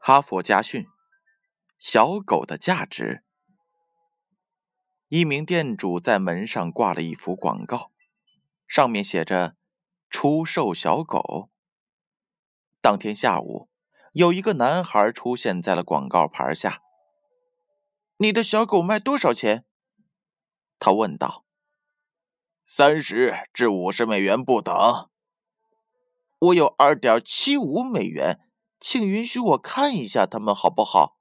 哈佛家训：小狗的价值。一名店主在门上挂了一幅广告，上面写着出售小狗。当天下午，有一个男孩出现在了广告牌下。你的小狗卖多少钱？他问道。 30至50美元不等。 我有2.75美元，请允许我看一下它们好不好？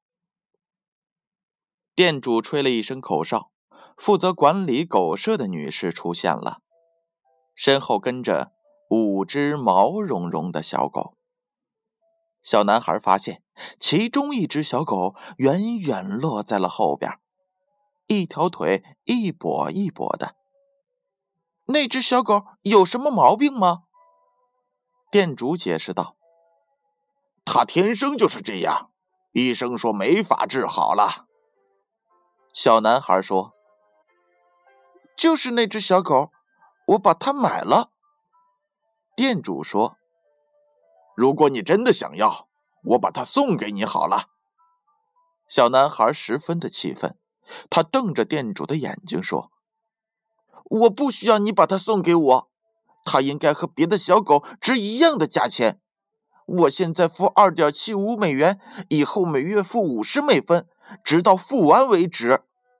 店主吹了一声口哨，负责管理狗舍的女士出现了，身后跟着5只毛茸茸的小狗。小男孩发现其中一只小狗远远落在了后边，一条腿一跛一跛的。那只小狗有什么毛病吗？店主解释道。 它天生就是这样，医生说没法治好了。 小男孩说。就是那只小狗，我把它买了。店主说。 如果你真的想要，我把它送给你好了。 小男孩十分的气愤，他瞪着店主的眼睛说：我不需要你把它送给我，它应该和别的小狗值一样的价钱。我现在付2.75美元，以后每月付50美分，直到付完为止。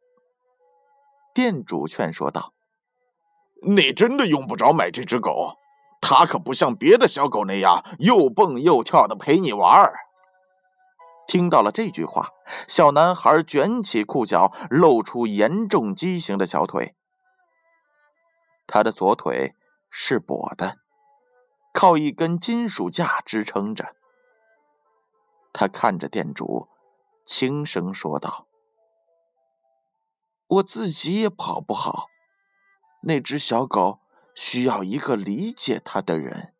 店主劝说道。 你真的用不着买这只狗，它可不像别的小狗那样又蹦又跳的陪你玩。 听到了这句话，小男孩卷起裤脚，露出严重畸形的小腿。他的左腿是跛的，靠一根金属架支撑着。他看着店主，轻声说道：我自己也跑不好，那只小狗需要一个理解它的人。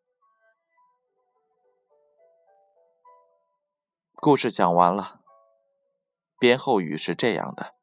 故事讲完了，编后语是这样的：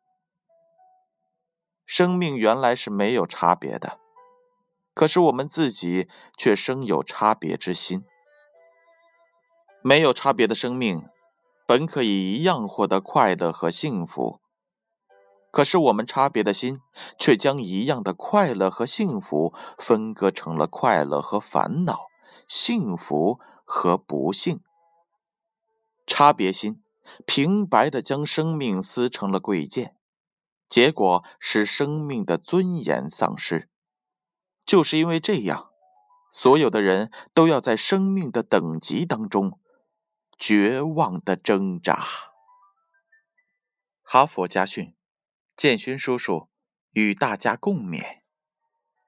生命原来是没有差别的，可是我们自己却生有差别之心。没有差别的生命本可以一样获得快乐和幸福，可是我们差别的心却将一样的快乐和幸福分割成了快乐和烦恼，幸福和不幸。差别心平白地将生命撕成了贵贱，结果使生命的尊严丧失。就是因为这样，所有的人都要在生命的等级当中绝望地挣扎。哈佛家训，建勋叔叔与大家共勉。